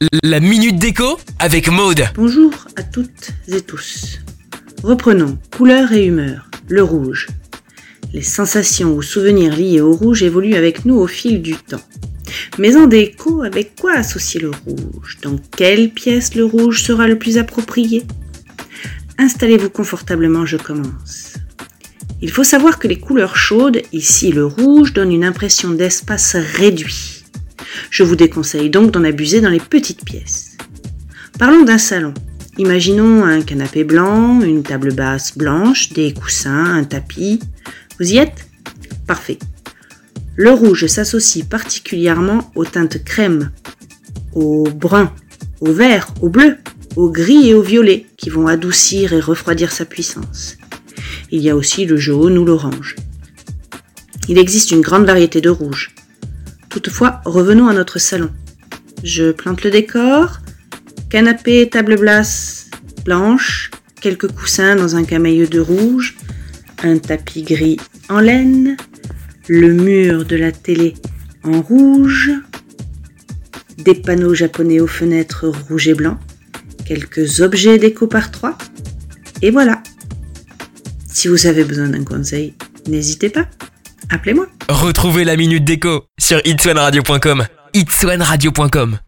La Minute Déco avec Maude. Bonjour à toutes et tous. Reprenons couleur et humeur, le rouge. Les sensations ou souvenirs liés au rouge évoluent avec nous au fil du temps. Mais en déco, avec quoi associer le rouge? Dans quelle pièce le rouge sera le plus approprié? Installez-vous confortablement, je commence. Il faut savoir que les couleurs chaudes, ici le rouge, donnent une impression d'espace réduit. Je vous déconseille donc d'en abuser dans les petites pièces. Parlons d'un salon. Imaginons un canapé blanc, une table basse blanche, des coussins, un tapis. Vous y êtes? Parfait. Le rouge s'associe particulièrement aux teintes crème, au brun, au vert, au bleu, au gris et au violet qui vont adoucir et refroidir sa puissance. Il y a aussi le jaune ou l'orange. Il existe une grande variété de rouges. Toutefois, revenons à notre salon. Je plante le décor, canapé, table basse blanche, quelques coussins dans un camailleux de rouge, un tapis gris en laine, le mur de la télé en rouge, des panneaux japonais aux fenêtres rouge et blanc, quelques objets déco par 3, et voilà. Si vous avez besoin d'un conseil, n'hésitez pas, appelez-moi. Retrouvez la Minute Déco sur itswanradio.com. itswanradio.com